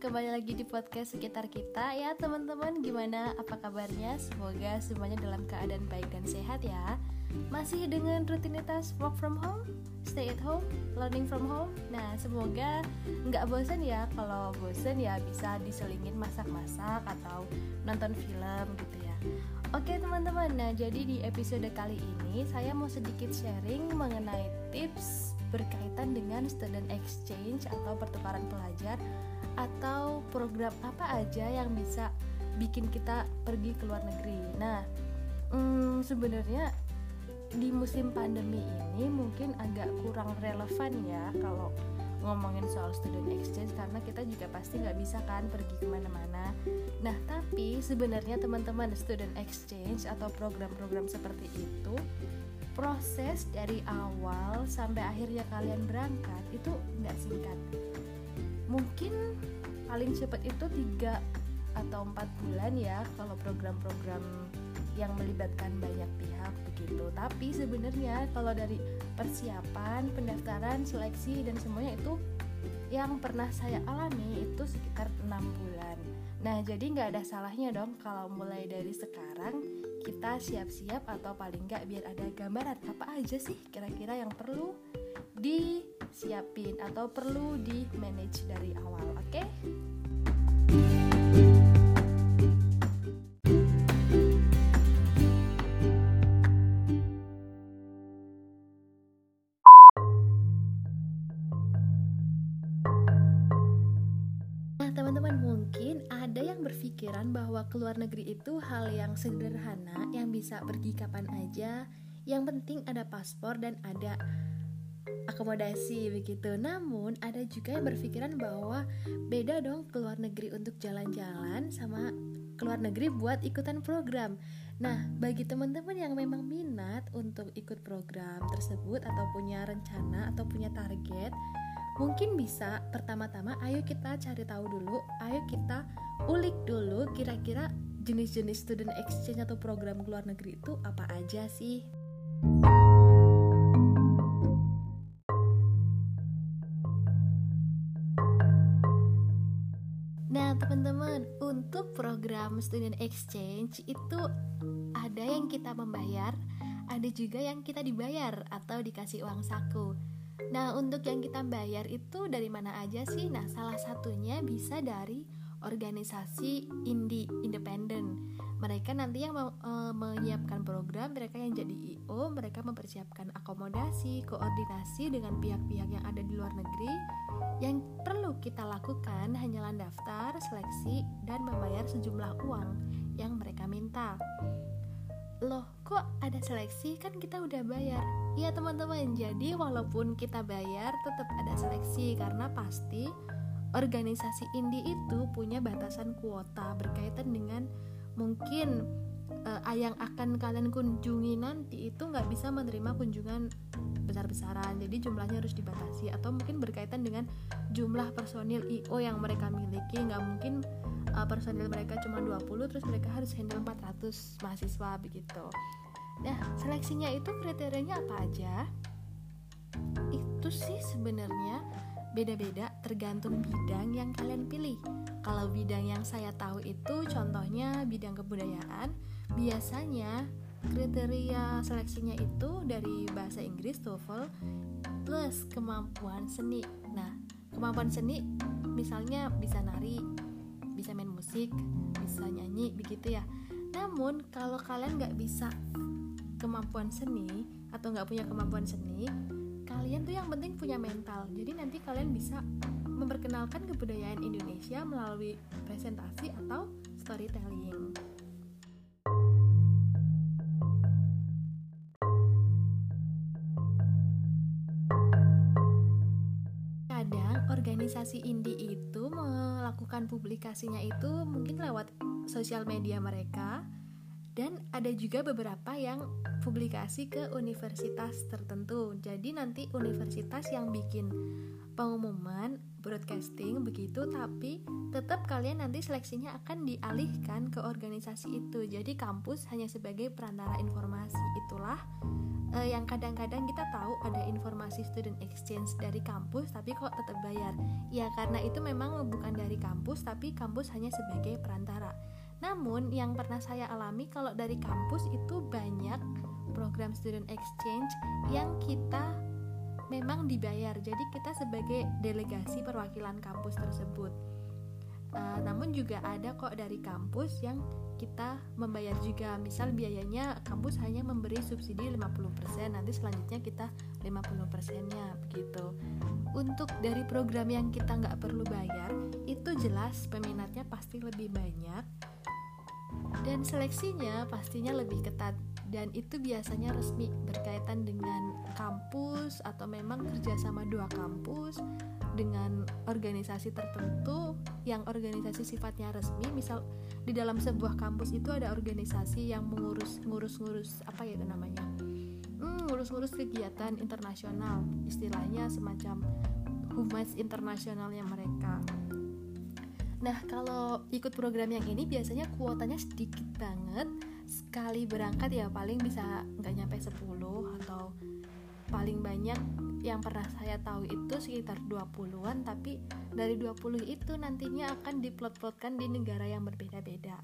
kembali lagi di podcast sekitar kita ya teman-teman. Gimana, apa kabarnya? Semoga semuanya dalam keadaan baik dan sehat ya. Masih dengan rutinitas work from home, stay at home, learning from home. Nah, semoga nggak bosan ya. Kalau bosan ya bisa diselingin masak-masak atau nonton film gitu ya. Oke teman-teman, nah jadi di episode kali ini saya mau sedikit sharing mengenai tips berkaitan dengan student exchange atau pertukaran pelajar atau program apa aja yang bisa bikin kita pergi ke luar negeri. Nah, sebenarnya di musim pandemi ini mungkin agak kurang relevan ya kalau ngomongin soal student exchange, karena kita juga pasti nggak bisa kan pergi kemana-mana. Nah, tapi sebenarnya teman-teman, student exchange atau program-program seperti itu, proses dari awal sampai akhirnya kalian berangkat itu nggak singkat. Mungkin paling cepat itu 3 atau 4 bulan ya kalau program-program yang melibatkan banyak pihak begitu. Tapi sebenarnya kalau dari persiapan, pendaftaran, seleksi dan semuanya itu yang pernah saya alami itu sekitar 6 bulan. Nah, jadi nggak ada salahnya dong kalau mulai dari sekarang kita siap-siap, atau paling nggak biar ada gambaran apa aja sih kira-kira yang perlu disiapin atau perlu di manage dari awal, oke? Nah teman-teman, mungkin ada yang berpikiran bahwa keluar negeri itu hal yang sederhana, yang bisa pergi kapan aja, yang penting ada paspor dan ada akomodasi begitu. Namun ada juga yang berpikiran bahwa beda dong keluar negeri untuk jalan-jalan sama keluar negeri buat ikutan program. Nah, bagi teman-teman yang memang minat untuk ikut program tersebut atau punya rencana atau punya target, mungkin bisa pertama-tama ayo kita cari tahu dulu, ayo kita ulik dulu kira-kira jenis-jenis student exchange atau program keluar negeri itu apa aja sih. Nah teman-teman, untuk program student exchange itu ada yang kita membayar, ada juga yang kita dibayar atau dikasih uang saku. Nah, untuk yang kita bayar itu dari mana aja sih? Nah, salah satunya bisa dari organisasi independen. Mereka nanti yang menyiapkan program, mereka yang jadi IO, mereka mempersiapkan akomodasi, koordinasi dengan pihak-pihak yang ada di luar negeri. Yang perlu kita lakukan hanyalah daftar, seleksi, dan membayar sejumlah uang yang mereka minta. Loh, kok ada seleksi? Kan kita udah bayar. Iya teman-teman, jadi walaupun kita bayar tetap ada seleksi, karena pasti organisasi indie itu punya batasan kuota berkaitan dengan mungkin yang akan kalian kunjungi nanti itu nggak bisa menerima kunjungan besar-besaran, jadi jumlahnya harus dibatasi, atau mungkin berkaitan dengan jumlah personil IO yang mereka miliki. Nggak mungkin personil mereka cuma 20 terus mereka harus handle 400 mahasiswa begitu. Nah, seleksinya itu kriterianya apa aja? Itu sih sebenarnya beda-beda tergantung bidang yang kalian pilih. Kalau bidang yang saya tahu itu contohnya bidang kebudayaan, biasanya kriteria seleksinya itu dari bahasa Inggris TOEFL plus kemampuan seni. Nah, kemampuan seni misalnya bisa nari, bisa main musik, bisa nyanyi begitu ya. Namun kalau kalian nggak bisa kemampuan seni atau nggak punya kemampuan seni, kalian tuh yang penting punya mental. Jadi nanti kalian bisa memperkenalkan kebudayaan Indonesia melalui presentasi atau storytelling. Kadang organisasi indie itu melakukan publikasinya itu mungkin lewat sosial media mereka, dan ada juga beberapa yang publikasi ke universitas tertentu. Jadi nanti universitas yang bikin pengumuman broadcasting begitu, tapi tetap kalian nanti seleksinya akan dialihkan ke organisasi itu. Jadi kampus hanya sebagai perantara informasi. Itulah yang kadang-kadang kita tahu ada informasi student exchange dari kampus tapi kok tetap bayar. Ya karena itu memang bukan dari kampus, tapi kampus hanya sebagai perantara. Namun yang pernah saya alami, kalau dari kampus itu banyak program student exchange yang kita memang dibayar. Jadi kita sebagai delegasi perwakilan kampus tersebut. Namun juga ada kok dari kampus yang kita membayar juga. Misal biayanya kampus hanya memberi subsidi 50%, nanti selanjutnya kita 50%-nya begitu. Untuk dari program yang kita nggak perlu bayar, itu jelas peminatnya pasti lebih banyak dan seleksinya pastinya lebih ketat, dan itu biasanya resmi berkaitan dengan kampus atau memang kerjasama dua kampus dengan organisasi tertentu yang organisasi sifatnya resmi. Misal di dalam sebuah kampus itu ada organisasi yang ngurus apa ya itu namanya, ngurus kegiatan internasional, istilahnya semacam humas internasionalnya mereka. Nah kalau ikut program yang ini biasanya kuotanya sedikit banget, sekali berangkat ya paling bisa nggak nyampe 10, atau paling banyak yang pernah saya tahu itu sekitar 20-an, tapi dari 20 itu nantinya akan diplot-plotkan di negara yang berbeda-beda.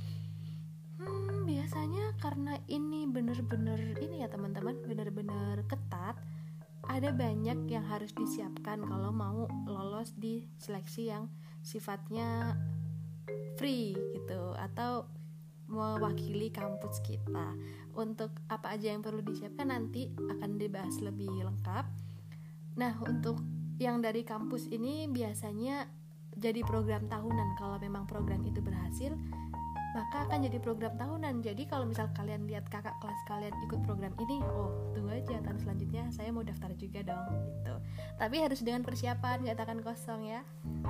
Biasanya karena ini bener-bener ini ya teman-teman, bener-bener ketat, ada banyak yang harus disiapkan kalau mau lolos di seleksi yang sifatnya free gitu, atau mewakili kampus kita. Untuk apa aja yang perlu disiapkan nanti akan dibahas lebih lengkap. Nah untuk yang dari kampus ini biasanya jadi program tahunan. Kalau memang program itu berhasil, maka akan jadi program tahunan. Jadi kalau misal kalian lihat kakak kelas kalian ikut program ini, oh tunggu aja tahun selanjutnya saya mau daftar juga dong gitu. Tapi harus dengan persiapan, gak akan kosong ya.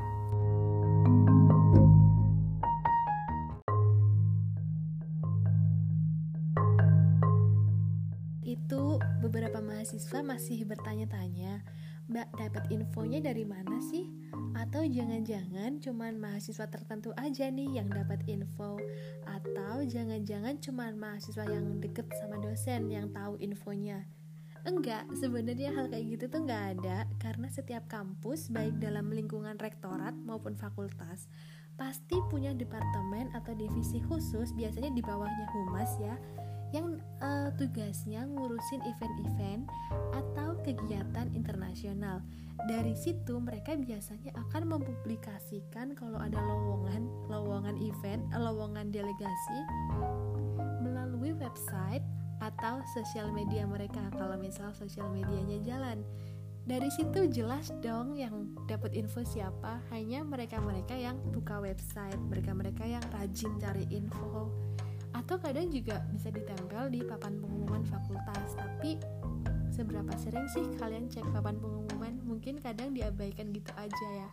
Itu beberapa mahasiswa masih bertanya-tanya, Mbak dapat infonya dari mana sih? Atau jangan-jangan cuman mahasiswa tertentu aja nih yang dapat info? Atau jangan-jangan cuman mahasiswa yang deket sama dosen yang tahu infonya? Enggak, sebenarnya hal kayak gitu tuh enggak ada, karena setiap kampus baik dalam lingkungan rektorat maupun fakultas pasti punya departemen atau divisi khusus, biasanya di bawahnya humas ya, yang tugasnya ngurusin event-event atau kegiatan internasional. Dari situ mereka biasanya akan mempublikasikan kalau ada lowongan event, lowongan delegasi melalui website atau sosial media mereka, kalau misal sosial medianya jalan. Dari situ jelas dong yang dapat info siapa, hanya mereka-mereka yang buka website, mereka-mereka yang rajin cari info. Atau kadang juga bisa ditempel di papan pengumuman fakultas. Tapi seberapa sering sih kalian cek papan pengumuman? Mungkin kadang diabaikan gitu aja ya.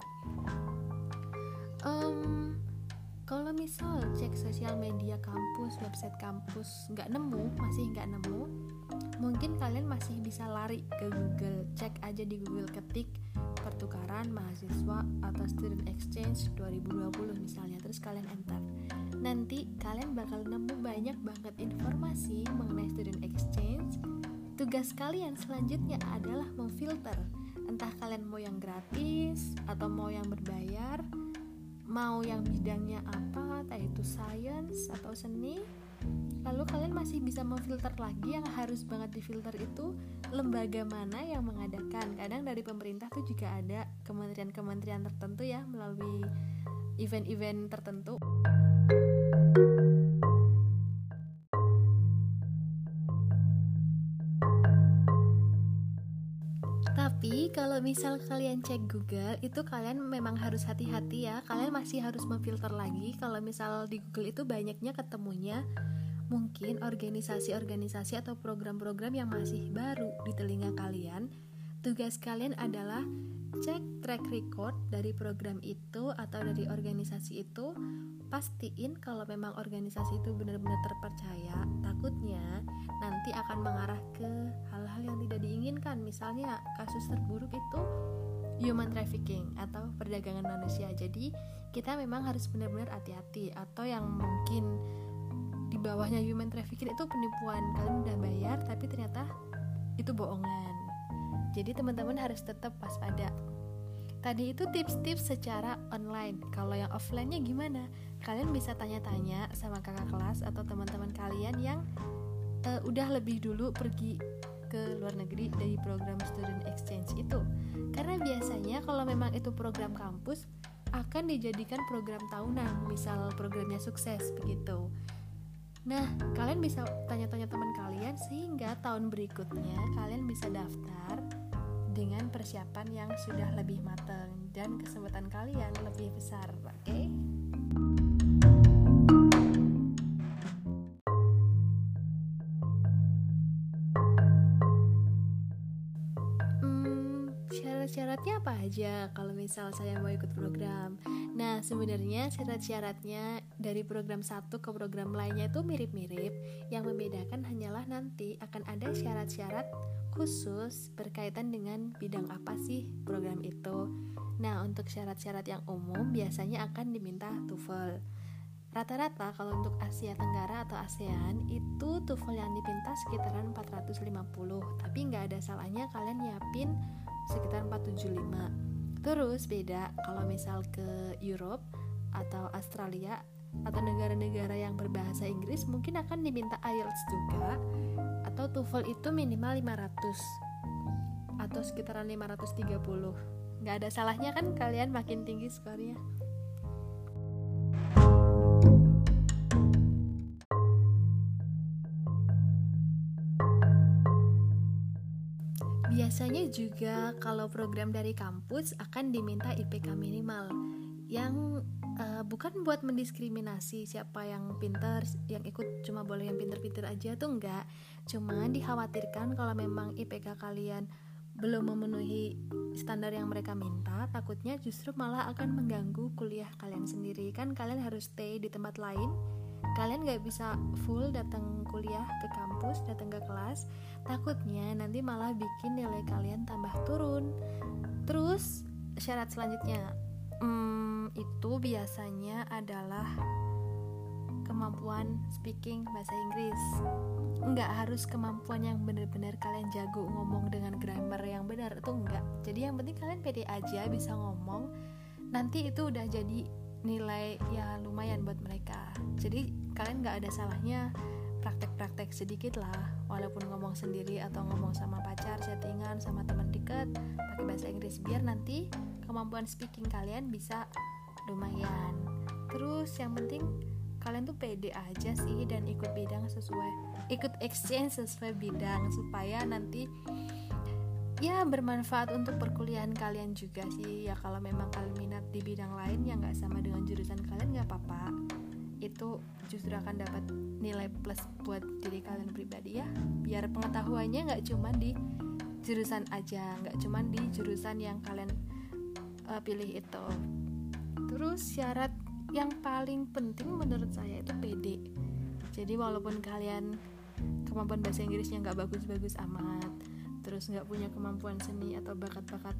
Kalau misal cek sosial media kampus, website kampus masih nggak nemu, mungkin kalian masih bisa lari ke Google, cek aja di Google, ketik pertukaran mahasiswa atau student exchange 2020 misalnya, terus kalian enter. Nanti kalian bakal nemu banyak banget informasi mengenai student exchange. Tugas kalian selanjutnya adalah memfilter, entah kalian mau yang gratis atau mau yang berbayar, mau yang bidangnya apa, entah itu science atau seni. Lalu kalian masih bisa memfilter lagi, yang harus banget difilter itu lembaga mana yang mengadakan. Kadang dari pemerintah tuh juga ada kementerian-kementerian tertentu ya, melalui event-event tertentu. Tapi kalau misal kalian cek Google, itu kalian memang harus hati-hati ya. Kalian masih harus memfilter lagi. Kalau misal di Google itu banyaknya ketemunya mungkin organisasi-organisasi atau program-program yang masih baru di telinga kalian. Tugas kalian adalah cek track record dari program itu atau dari organisasi itu. Pastiin kalau memang organisasi itu benar-benar terpercaya. Takutnya nanti akan mengarah ke hal-hal yang tidak diinginkan. Misalnya kasus terburuk itu human trafficking atau perdagangan manusia. Jadi kita memang harus benar-benar hati-hati. Atau yang mungkin di bawahnya human trafficking itu penipuan, kalian udah bayar tapi ternyata itu bohongan. Jadi teman-teman harus tetap waspada. Tadi itu tips-tips secara online. Kalau yang offline-nya gimana? Kalian bisa tanya-tanya sama kakak kelas atau teman-teman kalian yang udah lebih dulu pergi ke luar negeri dari program student exchange itu. Karena biasanya kalau memang itu program kampus akan dijadikan program tahunan, misal programnya sukses begitu. Nah, kalian bisa tanya-tanya teman kalian sehingga tahun berikutnya kalian bisa daftar dengan persiapan yang sudah lebih matang dan kesempatan kalian lebih besar, oke? Syarat-syaratnya apa aja kalau misal saya mau ikut program? Nah, sebenarnya syarat-syaratnya dari program satu ke program lainnya itu mirip-mirip. Yang membedakan hanyalah nanti akan ada syarat-syarat khusus berkaitan dengan bidang apa sih program itu. Nah, untuk syarat-syarat yang umum biasanya akan diminta TOEFL. Rata-rata kalau untuk Asia Tenggara atau ASEAN itu TOEFL yang dipinta sekitaran 450. Tapi nggak ada salahnya kalian nyiapin sekitar 475. Terus beda kalau misal ke Europe atau Australia atau negara-negara yang berbahasa Inggris mungkin akan diminta IELTS juga, atau TOEFL itu minimal 500 atau sekitaran 530. Nggak ada salahnya kan kalian makin tinggi skornya. Biasanya juga kalau program dari kampus akan diminta IPK minimal, yang bukan buat mendiskriminasi siapa yang pintar, yang ikut cuma boleh yang pintar-pintar aja tuh enggak. Cuman dikhawatirkan kalau memang IPK kalian belum memenuhi standar yang mereka minta, takutnya justru malah akan mengganggu kuliah kalian sendiri. Kan kalian harus stay di tempat lain, kalian gak bisa full datang kuliah ke kampus, datang ke kelas. Takutnya nanti malah bikin nilai kalian tambah turun. Terus syarat selanjutnya itu biasanya adalah kemampuan speaking bahasa Inggris. Enggak harus kemampuan yang benar-benar kalian jago ngomong dengan grammar yang benar, itu enggak. Jadi yang penting kalian pede aja bisa ngomong. Nanti itu udah jadi nilai ya lumayan buat mereka. Jadi kalian enggak ada salahnya praktek-praktek sedikit lah, walaupun ngomong sendiri atau ngomong sama pacar, chattingan sama teman dekat pakai bahasa Inggris, biar nanti kemampuan speaking kalian bisa lumayan. Terus yang penting kalian tuh pede aja sih dan ikut exchange sesuai bidang, supaya nanti ya bermanfaat untuk perkuliahan kalian juga sih. Ya kalau memang kalian minat di bidang lain yang gak sama dengan jurusan kalian, gak apa-apa, itu justru akan dapat nilai plus buat diri kalian pribadi ya. Biar pengetahuannya gak cuma di jurusan aja, gak cuma di jurusan yang kalian pilih itu. Terus syarat yang paling penting menurut saya itu pede. Jadi walaupun kalian kemampuan bahasa Inggrisnya gak bagus-bagus amat, terus gak punya kemampuan seni atau bakat-bakat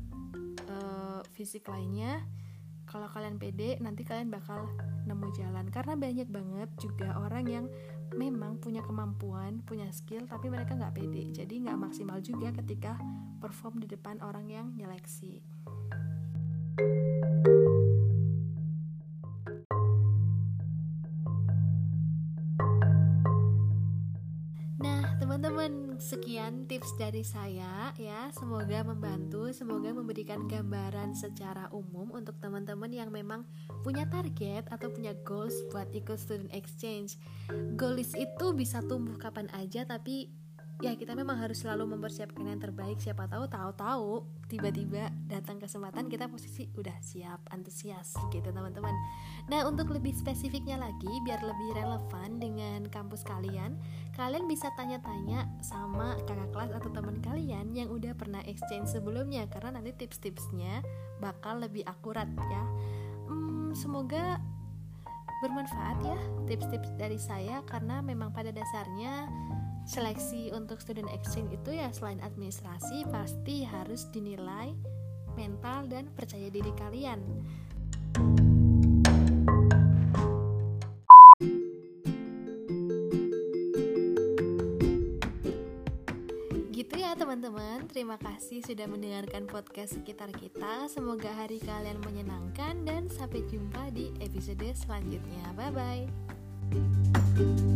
fisik lainnya, kalau kalian pede nanti kalian bakal nemu jalan. Karena banyak banget juga orang yang memang punya kemampuan, punya skill, tapi mereka gak pede, jadi gak maksimal juga ketika perform di depan orang yang nyeleksi. Teman-teman, sekian tips dari saya ya. Semoga membantu, semoga memberikan gambaran secara umum untuk teman-teman yang memang punya target atau punya goals buat ikut student exchange. Goals itu bisa tumbuh kapan aja, tapi ya kita memang harus selalu mempersiapkan yang terbaik. Siapa tahu tiba-tiba datang kesempatan, kita posisi udah siap, antusias gitu teman-teman. Nah, untuk lebih spesifiknya lagi, biar lebih relevan dengan kampus kalian bisa tanya-tanya sama kakak kelas atau teman kalian yang udah pernah exchange sebelumnya, karena nanti tips-tipsnya bakal lebih akurat ya. Semoga bermanfaat ya tips-tips dari saya, karena memang pada dasarnya seleksi untuk student exchange itu ya selain administrasi pasti harus dinilai mental dan percaya diri kalian. Gitu ya teman-teman, terima kasih sudah mendengarkan podcast sekitar kita. Semoga hari kalian menyenangkan dan sampai jumpa di episode selanjutnya. Bye-bye.